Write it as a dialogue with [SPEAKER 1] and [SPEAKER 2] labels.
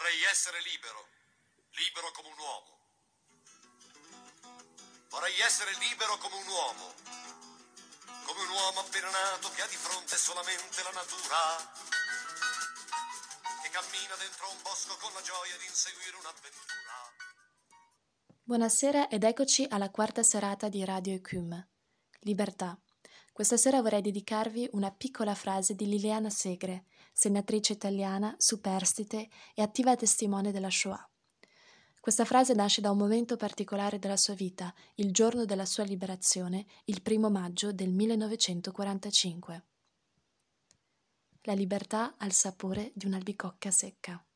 [SPEAKER 1] Vorrei essere libero, libero come un uomo. Vorrei essere libero come un uomo appena nato che ha di fronte solamente la natura, che cammina dentro un bosco con la gioia di inseguire un'avventura.
[SPEAKER 2] Buonasera ed eccoci alla quarta serata di Radio Ecume. Libertà. Questa sera vorrei dedicarvi una piccola frase di Liliana Segre, senatrice italiana, superstite e attiva testimone della Shoah. Questa frase nasce da un momento particolare della sua vita, il giorno della sua liberazione, il 1 maggio del 1945. La libertà ha il sapore di un'albicocca secca.